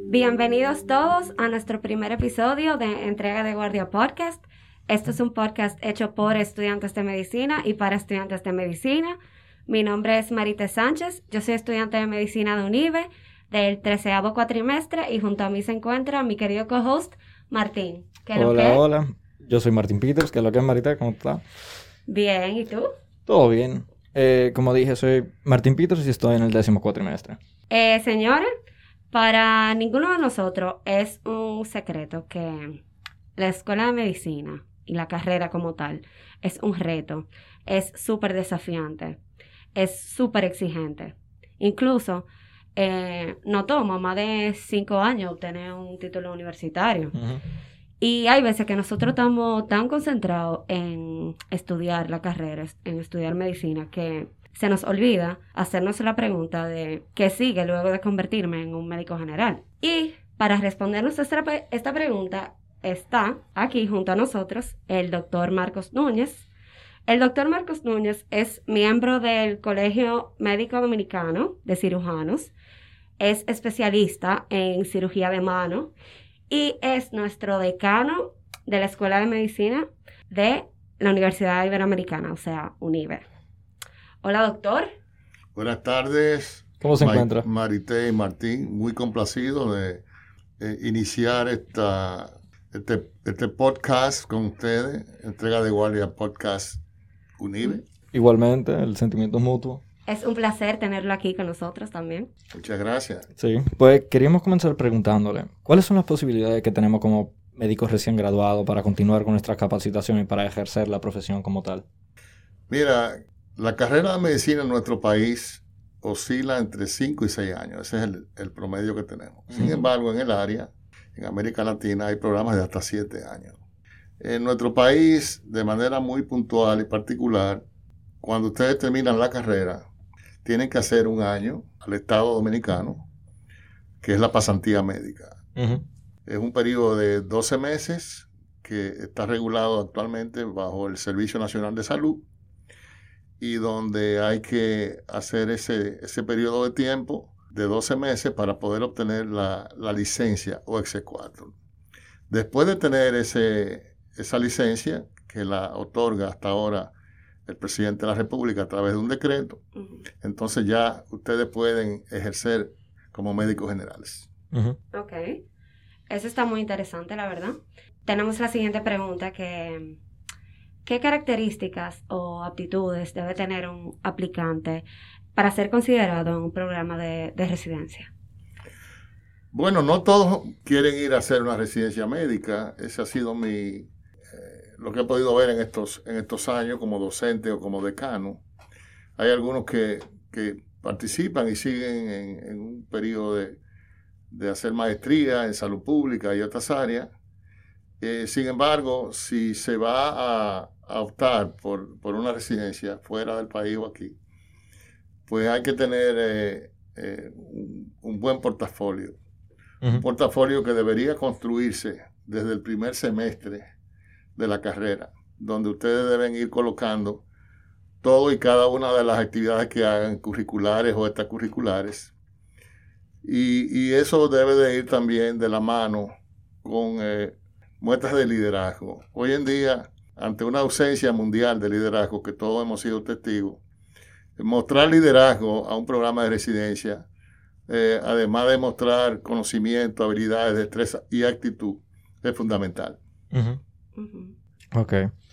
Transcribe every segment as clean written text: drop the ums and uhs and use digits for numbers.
Bienvenidos todos a nuestro primer episodio de Entrega de Guardia Podcast. Esto es un podcast hecho por estudiantes de medicina y para estudiantes de medicina. Mi nombre es Marité Sánchez, yo soy estudiante de medicina de UNIVE del 13º cuatrimestre y junto a mí se encuentra mi querido co-host Martín. Hola, yo soy Martín Peters, que es lo que es Marité, ¿cómo está? Bien, ¿y tú? Todo bien. Como dije, soy Martín Peters y estoy en el 10º cuatrimestre. Señores, para ninguno de nosotros es un secreto que la escuela de medicina y la carrera como tal es un reto, es súper desafiante, es súper exigente. Incluso no toma más de 5 años obtener un título universitario. Uh-huh. Y hay veces que nosotros estamos tan concentrados en estudiar la carrera, en estudiar medicina, que se nos olvida hacernos la pregunta de qué sigue luego de convertirme en un médico general. Y para respondernos esta pregunta está aquí junto a nosotros el doctor Marcos Núñez. El doctor Marcos Núñez es miembro del Colegio Médico Dominicano de Cirujanos, es especialista en cirugía de mano y es nuestro decano de la Escuela de Medicina de la Universidad Iberoamericana, o sea, UNIVE. Hola, doctor. Buenas tardes. ¿Cómo se encuentra? Marité y Martín, muy complacido de iniciar este podcast con ustedes, Entrega de Guardia Podcast UNIVE. Igualmente, el sentimiento es mutuo. Es un placer tenerlo aquí con nosotros también. Muchas gracias. Sí, pues queríamos comenzar preguntándole, ¿cuáles son las posibilidades que tenemos como médicos recién graduados para continuar con nuestra capacitación y para ejercer la profesión como tal? Mira, la carrera de medicina en nuestro país oscila entre 5 y 6 años. Ese es el promedio que tenemos. Sin embargo, en el área, en América Latina, hay programas de hasta 7 años. En nuestro país, de manera muy puntual y particular, cuando ustedes terminan la carrera, tienen que hacer un año al Estado Dominicano, que es la pasantía médica. Uh-huh. Es un periodo de 12 meses que está regulado actualmente bajo el Servicio Nacional de Salud y donde hay que hacer ese periodo de tiempo de 12 meses para poder obtener la licencia o exequatur. Después de tener esa licencia, que la otorga hasta ahora el presidente de la República a través de un decreto, Uh-huh. entonces ya ustedes pueden ejercer como médicos generales. Uh-huh. Ok. Eso está muy interesante, la verdad. Tenemos la siguiente pregunta que... ¿Qué características o aptitudes debe tener un aplicante para ser considerado en un programa de residencia? Bueno, no todos quieren ir a hacer una residencia médica. Ese ha sido lo que he podido ver en estos años como docente o como decano. Hay algunos que participan y siguen en un periodo de hacer maestría en salud pública y otras áreas. Sin embargo, si se va a optar por una residencia fuera del país o aquí, pues hay que tener un buen portafolio. Uh-huh. Un portafolio que debería construirse desde el primer semestre de la carrera, donde ustedes deben ir colocando todo y cada una de las actividades que hagan, curriculares o extracurriculares. Y eso debe de ir también de la mano con muestras de liderazgo. Hoy en día, ante una ausencia mundial de liderazgo, que todos hemos sido testigos, mostrar liderazgo a un programa de residencia, además de mostrar conocimiento, habilidades, destreza y actitud, es fundamental. Uh-huh. Uh-huh. Ok.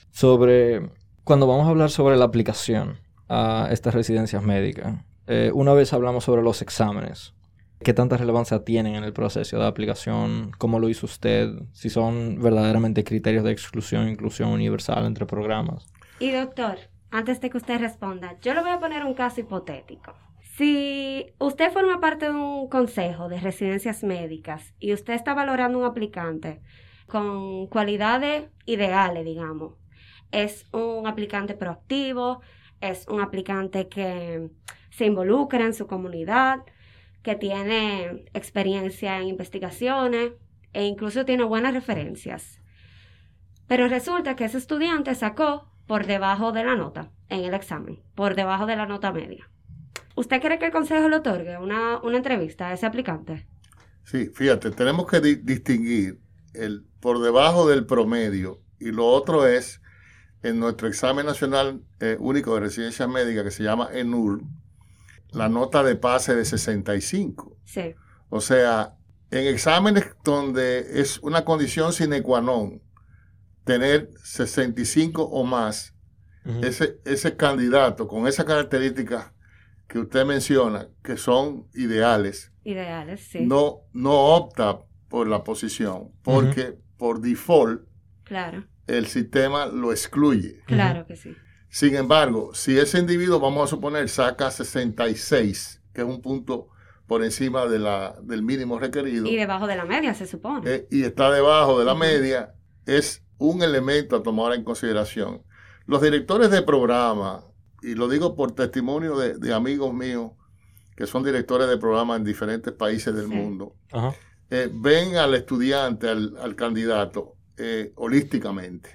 Cuando vamos a hablar sobre la aplicación a estas residencias médicas, una vez hablamos sobre los exámenes. ¿Qué tanta relevancia tienen en el proceso de aplicación? ¿Cómo lo hizo usted? Si son verdaderamente criterios de exclusión e inclusión universal entre programas. Y doctor, antes de que usted responda, yo le voy a poner un caso hipotético. Si usted forma parte de un consejo de residencias médicas y usted está valorando un aplicante con cualidades ideales, digamos, es un aplicante proactivo, es un aplicante que se involucra en su comunidad, que tiene experiencia en investigaciones e incluso tiene buenas referencias. Pero resulta que ese estudiante sacó por debajo de la nota en el examen, por debajo de la nota media. ¿Usted cree que el consejo le otorgue una entrevista a ese aplicante? Sí, fíjate, tenemos que distinguir el por debajo del promedio y lo otro es en nuestro examen nacional único de residencia médica que se llama ENUR, la nota de pase de 65. Sí. O sea, en exámenes donde es una condición sine qua non tener 65 o más, ese candidato con esas características que usted menciona, que son ideales, Sí. no opta por la posición, porque por default claro, el sistema lo excluye. Claro que sí. Sin embargo, si ese individuo, vamos a suponer, saca 66, que es un punto por encima del mínimo requerido. Y debajo de la media, se supone. Y está debajo de la media, es un elemento a tomar en consideración. Los directores de programa, y lo digo por testimonio de amigos míos que son directores de programa en diferentes países del mundo, ven al estudiante, al candidato, holísticamente.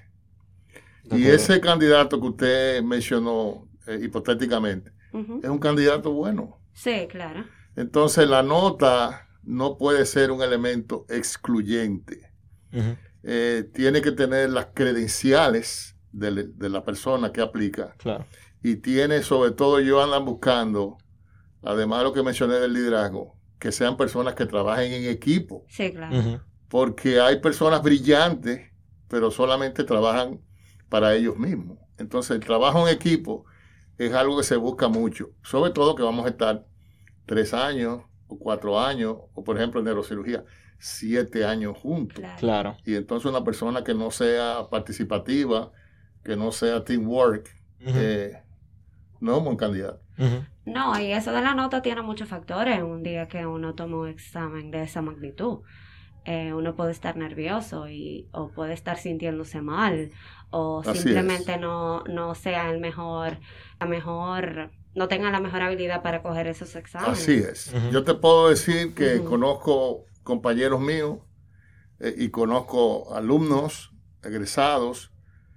Y ese candidato que usted mencionó hipotéticamente es un candidato bueno. Sí, claro. Entonces la nota no puede ser un elemento excluyente. Tiene que tener las credenciales de la persona que aplica. Claro. Y tiene, sobre todo, ellos andan buscando, además de lo que mencioné del liderazgo, que sean personas que trabajen en equipo. Sí, claro. Porque hay personas brillantes, pero solamente trabajan para ellos mismos. Entonces, el trabajo en equipo es algo que se busca mucho. Sobre todo que vamos a estar 3 años o 4 años, o por ejemplo en neurocirugía, 7 años juntos. Claro. Y entonces una persona que no sea participativa, que no sea teamwork, no es un buen candidato. No, y eso de la nota tiene muchos factores. Un día que uno toma un examen de esa magnitud, uno puede estar nervioso o puede estar sintiéndose mal, o Así simplemente no sea no tenga la mejor habilidad para coger esos exámenes. Así es. Yo te puedo decir que conozco compañeros míos y conozco alumnos egresados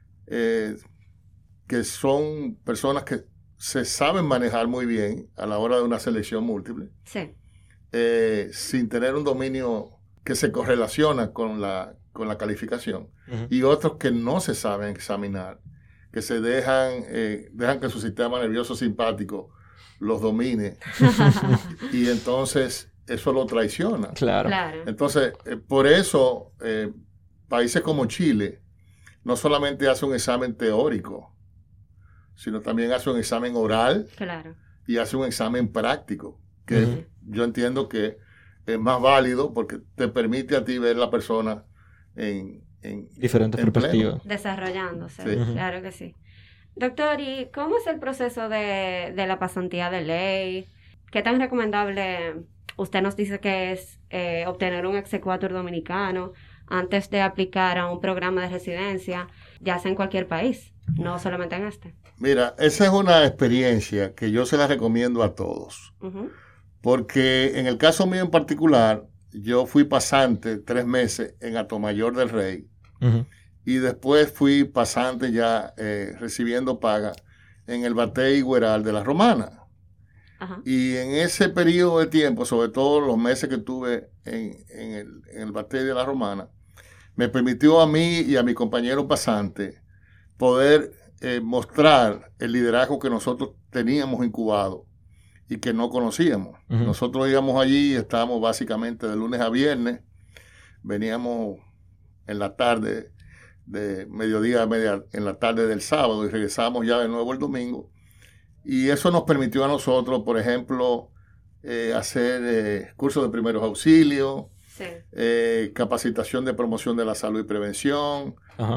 que son personas que se saben manejar muy bien a la hora de una selección múltiple, sí, sin tener un dominio que se correlaciona con la calificación, y otros que no se saben examinar, que se dejan que su sistema nervioso simpático los domine y entonces eso lo traiciona. Claro. Entonces, por eso países como Chile no solamente hace un examen teórico, sino también hace un examen oral y hace un examen práctico, que yo entiendo que es más válido porque te permite a ti ver la persona en diferentes perspectivas. Desarrollándose, claro que sí. Doctor, ¿y cómo es el proceso de la pasantía de ley? ¿Qué tan recomendable usted nos dice que es obtener un exequatur dominicano antes de aplicar a un programa de residencia, ya sea en cualquier país, no solamente en este? Mira, esa es una experiencia que yo se la recomiendo a todos. Porque en el caso mío en particular, yo fui pasante 3 meses en Atomayor del Rey. Y después fui pasante ya recibiendo paga en el Batey Güeral de la Romana. Y en ese periodo de tiempo, sobre todo los meses que tuve en el Batey de la Romana, me permitió a mí y a mi compañero pasante poder mostrar el liderazgo que nosotros teníamos incubado y que no conocíamos. Nosotros íbamos allí, estábamos básicamente de lunes a viernes, veníamos en la tarde, de mediodía a en la tarde del sábado, y regresamos ya de nuevo el domingo. Y eso nos permitió a nosotros, por ejemplo, hacer cursos de primeros auxilios, capacitación de promoción de la salud y prevención.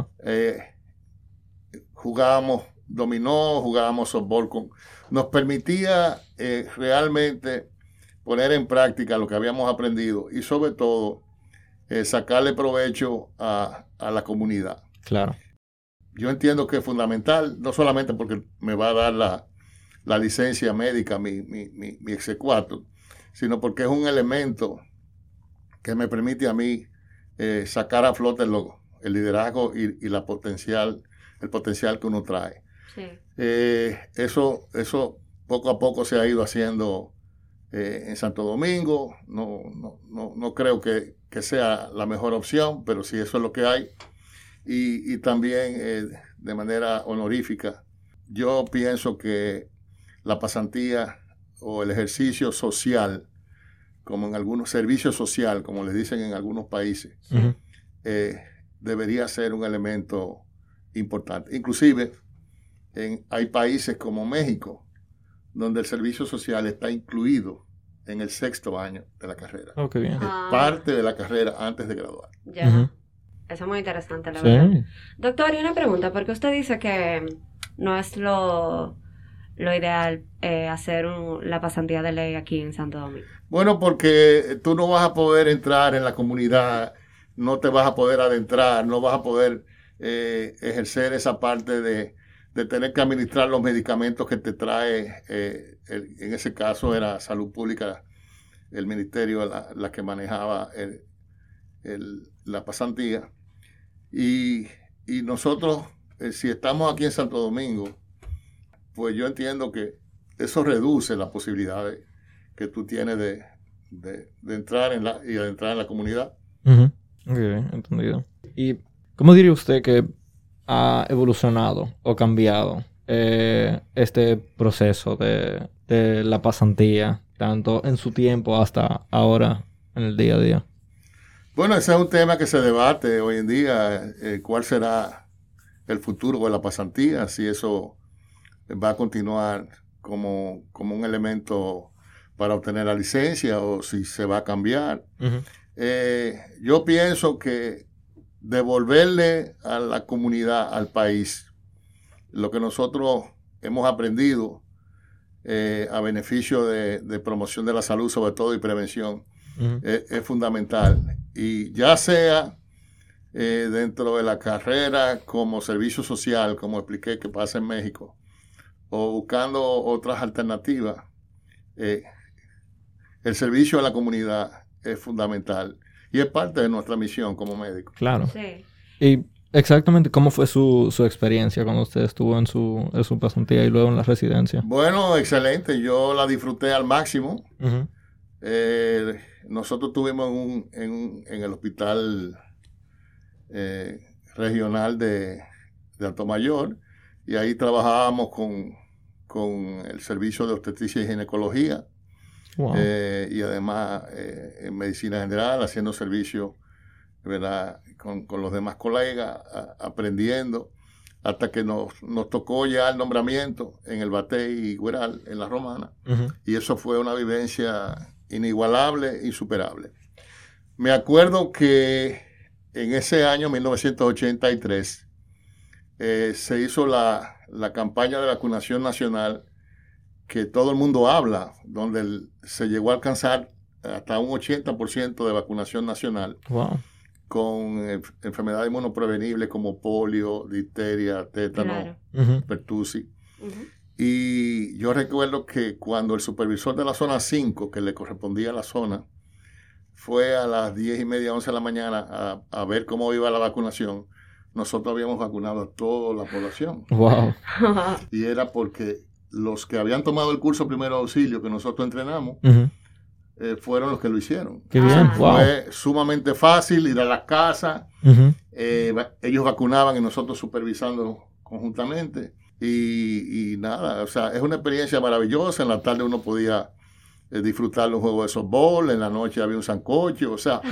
Jugábamos dominó, jugábamos softball. Nos permitía realmente poner en práctica lo que habíamos aprendido y sobre todo sacarle provecho a la comunidad. Claro. Yo entiendo que es fundamental, no solamente porque me va a dar la licencia médica, mi exequatur, sino porque es un elemento que me permite a mí sacar a flote el liderazgo y el potencial que uno trae. Sí. Eso poco a poco se ha ido haciendo en Santo Domingo. No creo que sea la mejor opción, pero sí eso es lo que hay. Y también de manera honorífica, yo pienso que la pasantía o el ejercicio social, como en algunos servicios social, como le dicen en algunos países, Ujú. debería ser un elemento importante. Inclusive, hay países como México, donde el servicio social está incluido en el 6º año de la carrera. Oh, qué bien. Es parte de la carrera antes de graduar. Ya. Ujú. Eso es muy interesante, la Sí. verdad. Doctor, y una pregunta, porque usted dice que no es lo ideal hacer la pasantía de ley aquí en Santo Domingo. Bueno, porque tú no vas a poder entrar en la comunidad, no te vas a poder adentrar, no vas a poder ejercer esa parte de tener que administrar los medicamentos que te trae, en ese caso era Salud Pública, el ministerio, la que manejaba la pasantía. Y nosotros, si estamos aquí en Santo Domingo, pues yo entiendo que eso reduce las posibilidades que tú tienes de entrar y adentrar en la comunidad. Ujú. Ok, entendido. ¿Y cómo diría usted que ha evolucionado o cambiado este proceso de la pasantía, tanto en su tiempo hasta ahora en el día a día? Bueno, ese es un tema que se debate hoy en día, cuál será el futuro de la pasantía, si eso va a continuar como un elemento para obtener la licencia o si se va a cambiar. Ujú. Yo pienso que devolverle a la comunidad, al país, lo que nosotros hemos aprendido a beneficio de promoción de la salud, sobre todo, y prevención, Ujú. es fundamental. Y ya sea dentro de la carrera como servicio social, como expliqué que pasa en México, o buscando otras alternativas, el servicio a la comunidad es fundamental y es parte de nuestra misión como médicos. Claro. Sí. ¿Y exactamente cómo fue su experiencia cuando usted estuvo en su pasantía y luego en la residencia? Bueno, excelente. Yo la disfruté al máximo. Ujú. Nosotros estuvimos en el hospital regional de Altomayor y ahí trabajábamos con el servicio de obstetricia y ginecología. Wow. Y además en medicina general, haciendo servicio, ¿verdad?, con los demás colegas, aprendiendo, hasta que nos tocó ya el nombramiento en el Batey Güeral, en la Romana, Ujú. y eso fue una vivencia inigualable, insuperable. Me acuerdo que en ese año, 1983, se hizo la campaña de vacunación nacional que todo el mundo habla, donde se llegó a alcanzar hasta un 80% de vacunación nacional Wow. con enfermedades inmunoprevenibles como polio, difteria, tétano, Claro. Ujú. pertussis. Ujú. Y yo recuerdo que cuando el supervisor de la zona 5, que le correspondía a la zona, fue a las 10:30, 11 de la mañana a ver cómo iba la vacunación, nosotros habíamos vacunado a toda la población. Wow. Y era porque los que habían tomado el curso de primeros auxilio que nosotros entrenamos, Ujú. fueron los que lo hicieron. Qué bien. Ah. Wow. Fue sumamente fácil ir a las casas, Ujú. ellos vacunaban y nosotros supervisando conjuntamente. Y nada, o sea, es una experiencia maravillosa. En la tarde uno podía disfrutar los juegos de softball, en la noche había un sancocho, o sea,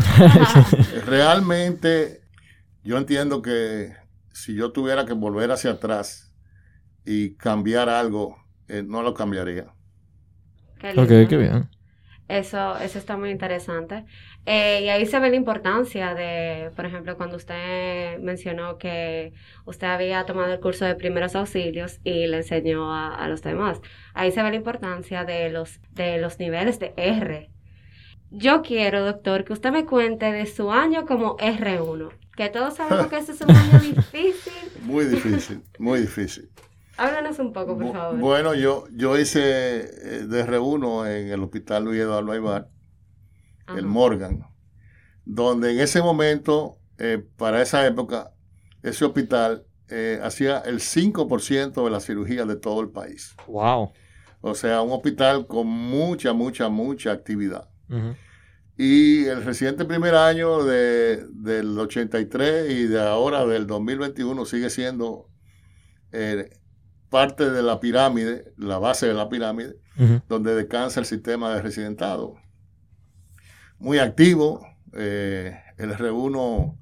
realmente yo entiendo que si yo tuviera que volver hacia atrás y cambiar algo, no lo cambiaría. Qué Ok, lindo. qué bien. Eso está muy interesante. Y ahí se ve la importancia de, por ejemplo, cuando usted mencionó que usted había tomado el curso de primeros auxilios y le enseñó a los demás. Ahí se ve la importancia de los niveles de R. Yo quiero, doctor, que usted me cuente de su año como R1, que todos sabemos que ese es un año difícil. Muy difícil, muy difícil. Háblanos un poco, por favor. Bueno, yo hice DR1 en el Hospital Luis Eduardo Aybar, Ajá. el Morgan, donde en ese momento, para esa época, ese hospital hacía el 5% de la cirugía de todo el país. Wow. O sea, un hospital con mucha actividad. Ujú. Y el reciente primer año del 83 y de ahora del 2021 sigue siendo parte de la pirámide, la base de la pirámide, Ujú. donde descansa el sistema de residentado. Muy activo, el R1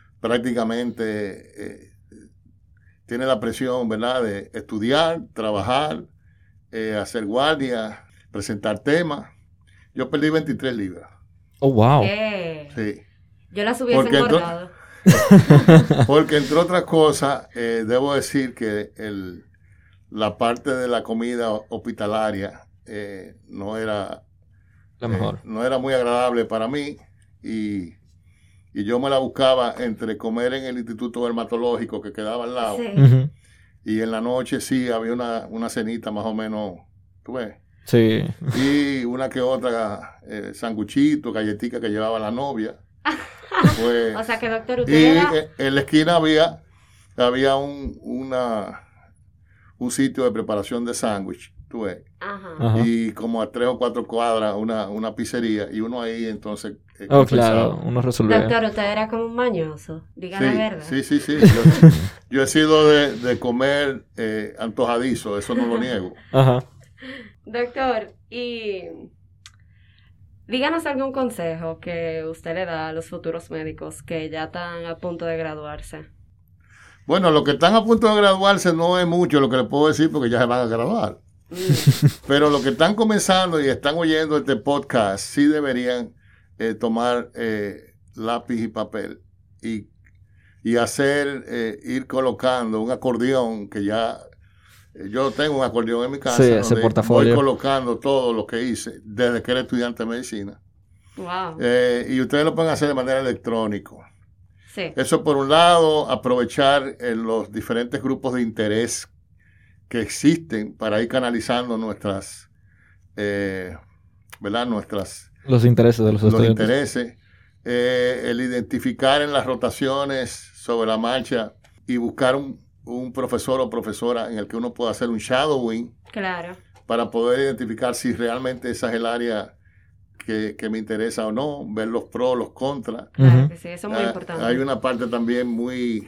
prácticamente tiene la presión, ¿verdad?, de estudiar, trabajar, hacer guardia, presentar temas. Yo perdí 23 libras. Oh, wow. Sí. Yo las hubiese Porque engordado. Porque entre otras cosas, debo decir que la parte de la comida hospitalaria no era La mejor. no era muy agradable para mí y yo me la buscaba entre comer en el Instituto Dermatológico que quedaba al lado Sí. Ujú. y en la noche sí había una cenita más o menos, ¿tú ves? Sí. Y una que otra sanguchito, galletica que llevaba la novia. Pues, O sea que, doctor, usted y era... en la esquina había un sitio de preparación de sándwich, tú ves. Ajá. Ajá. Y como a 3 o 4 cuadras una pizzería y uno ahí entonces Oh, compensaba. claro. Uno resolvía. Doctor, usted era como un mañoso. Diga la verdad. Sí. Yo he sido de comer antojadizo, eso no lo niego. Ajá. Doctor, y díganos algún consejo que usted le da a los futuros médicos que ya están a punto de graduarse. Bueno, los que están a punto de graduarse no es mucho lo que les puedo decir porque ya se van a graduar. Pero los que están comenzando y están oyendo este podcast sí deberían tomar lápiz y papel y hacer, ir colocando un acordeón que ya... Yo tengo un acordeón en mi casa Sí, ese donde portafolio. voy colocando todo lo que hice desde que era estudiante de medicina. Wow. Y ustedes lo pueden hacer de manera electrónica. Sí. Eso por un lado, aprovechar los diferentes grupos de interés que existen para ir canalizando nuestras, ¿verdad? Los intereses de los Los estudiantes. intereses, el identificar en las rotaciones sobre la marcha y buscar un profesor o profesora en el que uno pueda hacer un shadowing Claro. para poder identificar si realmente esa es el área que me interesa o no, ver los pros, los contras. Claro Ujú. que sí, eso es muy importante. Hay una parte también muy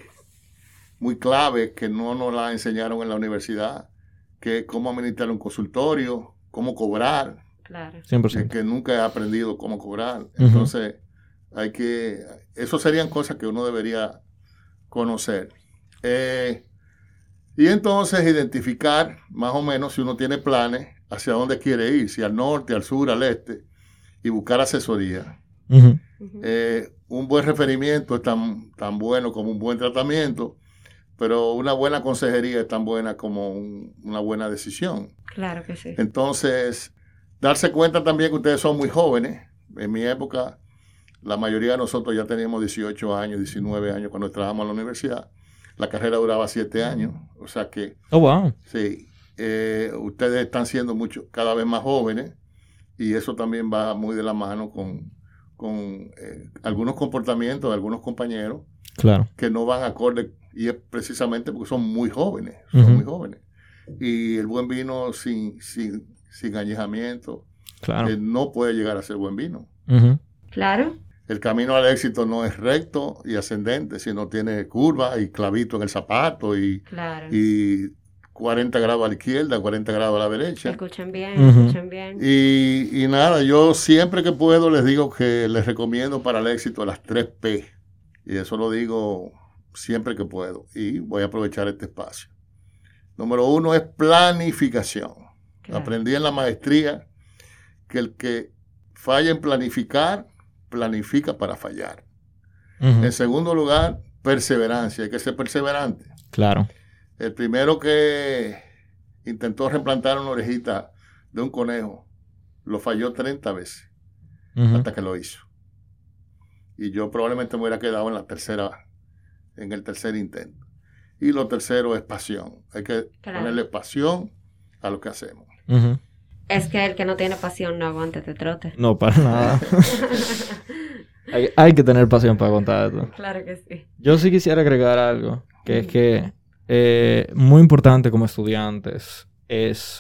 clave que no nos la enseñaron en la universidad, que es cómo administrar un consultorio, cómo cobrar, Claro. 100%. que nunca he aprendido cómo cobrar. Ujú. Entonces, eso serían cosas que uno debería conocer. Y entonces identificar más o menos si uno tiene planes hacia dónde quiere ir, si al norte, al sur, al este, y buscar asesoría. Ujú. Ujú. Un buen referimiento es tan bueno como un buen tratamiento, pero una buena consejería es tan buena como una buena decisión. Claro que sí. Entonces, darse cuenta también que ustedes son muy jóvenes. En mi época, la mayoría de nosotros ya teníamos 18 años, 19 años cuando entrábamos a la universidad. La carrera duraba 7 años, o sea que Oh, wow. sí, ustedes están siendo cada vez más jóvenes y eso también va muy de la mano con algunos comportamientos de algunos compañeros Claro. que no van acorde y es precisamente porque son muy jóvenes, Ujú. Y el buen vino sin añejamiento Claro. no puede llegar a ser buen vino. Ujú. Claro. El camino al éxito no es recto y ascendente, sino tiene curva y clavito en el zapato Claro. y 40 grados a la izquierda, 40 grados a la derecha. Escuchen bien, Ujú. escuchen bien. Y nada, yo siempre que puedo les digo que les recomiendo para el éxito las 3 P. Y eso lo digo siempre que puedo. Y voy a aprovechar este espacio. Número 1 es planificación. Claro. Aprendí en la maestría que el que falla en planificar, planifica para fallar. Ujú. En segundo lugar, perseverancia. Hay que ser perseverante. Claro. El primero que intentó replantar una orejita de un conejo, lo falló 30 veces Ujú. hasta que lo hizo. Y yo probablemente me hubiera quedado en el tercer intento. Y lo tercero es pasión. Hay que ponerle pasión a lo que hacemos. Ujú. Es que el que no tiene pasión no aguanta este trote. No, para nada. hay que tener pasión para contar esto. Claro que sí. Yo sí quisiera agregar algo, que es que muy importante como estudiantes es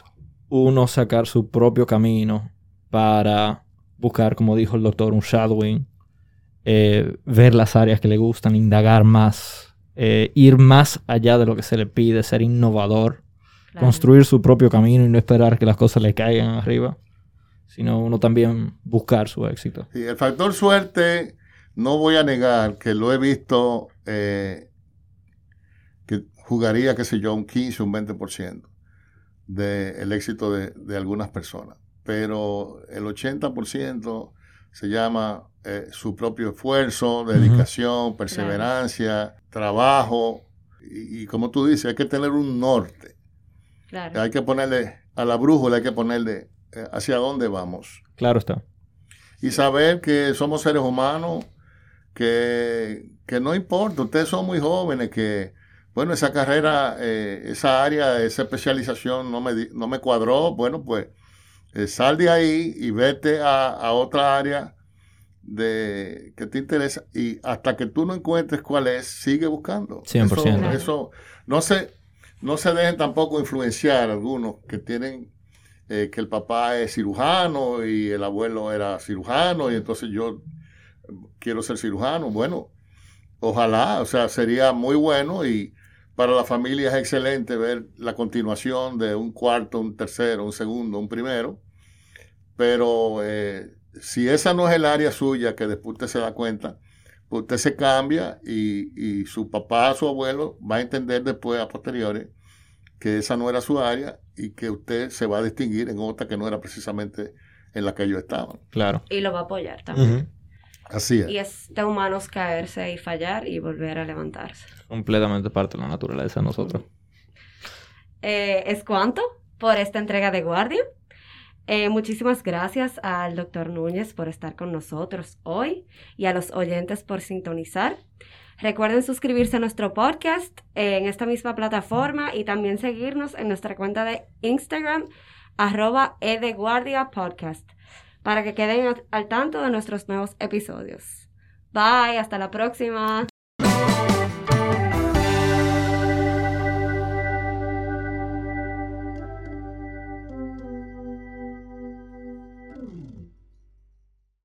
uno sacar su propio camino para buscar, como dijo el doctor, un shadowing, ver las áreas que le gustan, indagar más, ir más allá de lo que se le pide, ser innovador, construir su propio camino y no esperar que las cosas le caigan arriba, sino uno también buscar su éxito. Sí, el factor suerte, no voy a negar que lo he visto, que jugaría, qué sé yo, un 15, un 20% del éxito de algunas personas. Pero el 80% se llama su propio esfuerzo, dedicación, perseverancia, trabajo. Y como tú dices, hay que tener un norte. Claro. Hay que ponerle a la brújula, hay que ponerle hacia dónde vamos. Claro está. Y saber que somos seres humanos, que no importa, ustedes son muy jóvenes, que bueno, esa carrera, esa área, esa especialización no me cuadró. Bueno, pues sal de ahí y vete a otra área que te interesa, y hasta que tú no encuentres cuál es, sigue buscando. 100%. Eso no se dejen tampoco influenciar algunos que tienen que el papá es cirujano y el abuelo era cirujano y entonces yo quiero ser cirujano. Bueno, ojalá, o sea, sería muy bueno, y para la familia es excelente ver la continuación de un cuarto, un tercero, un segundo, un primero, pero si esa no es el área suya, que después usted se da cuenta, pues usted se cambia y su papá, su abuelo va a entender después a posteriores que esa no era su área y que usted se va a distinguir en otra que no era precisamente en la que ellos estaban. Claro. Y lo va a apoyar también. Uh-huh. Así es. Y es de humanos caerse y fallar y volver a levantarse. Completamente parte de la naturaleza de nosotros. Es cuanto por esta entrega de Guardia. Muchísimas gracias al doctor Núñez por estar con nosotros hoy y a los oyentes por sintonizar. Recuerden suscribirse a nuestro podcast en esta misma plataforma y también seguirnos en nuestra cuenta de Instagram @edeguardiapodcast para que queden al tanto de nuestros nuevos episodios. Bye, hasta la próxima.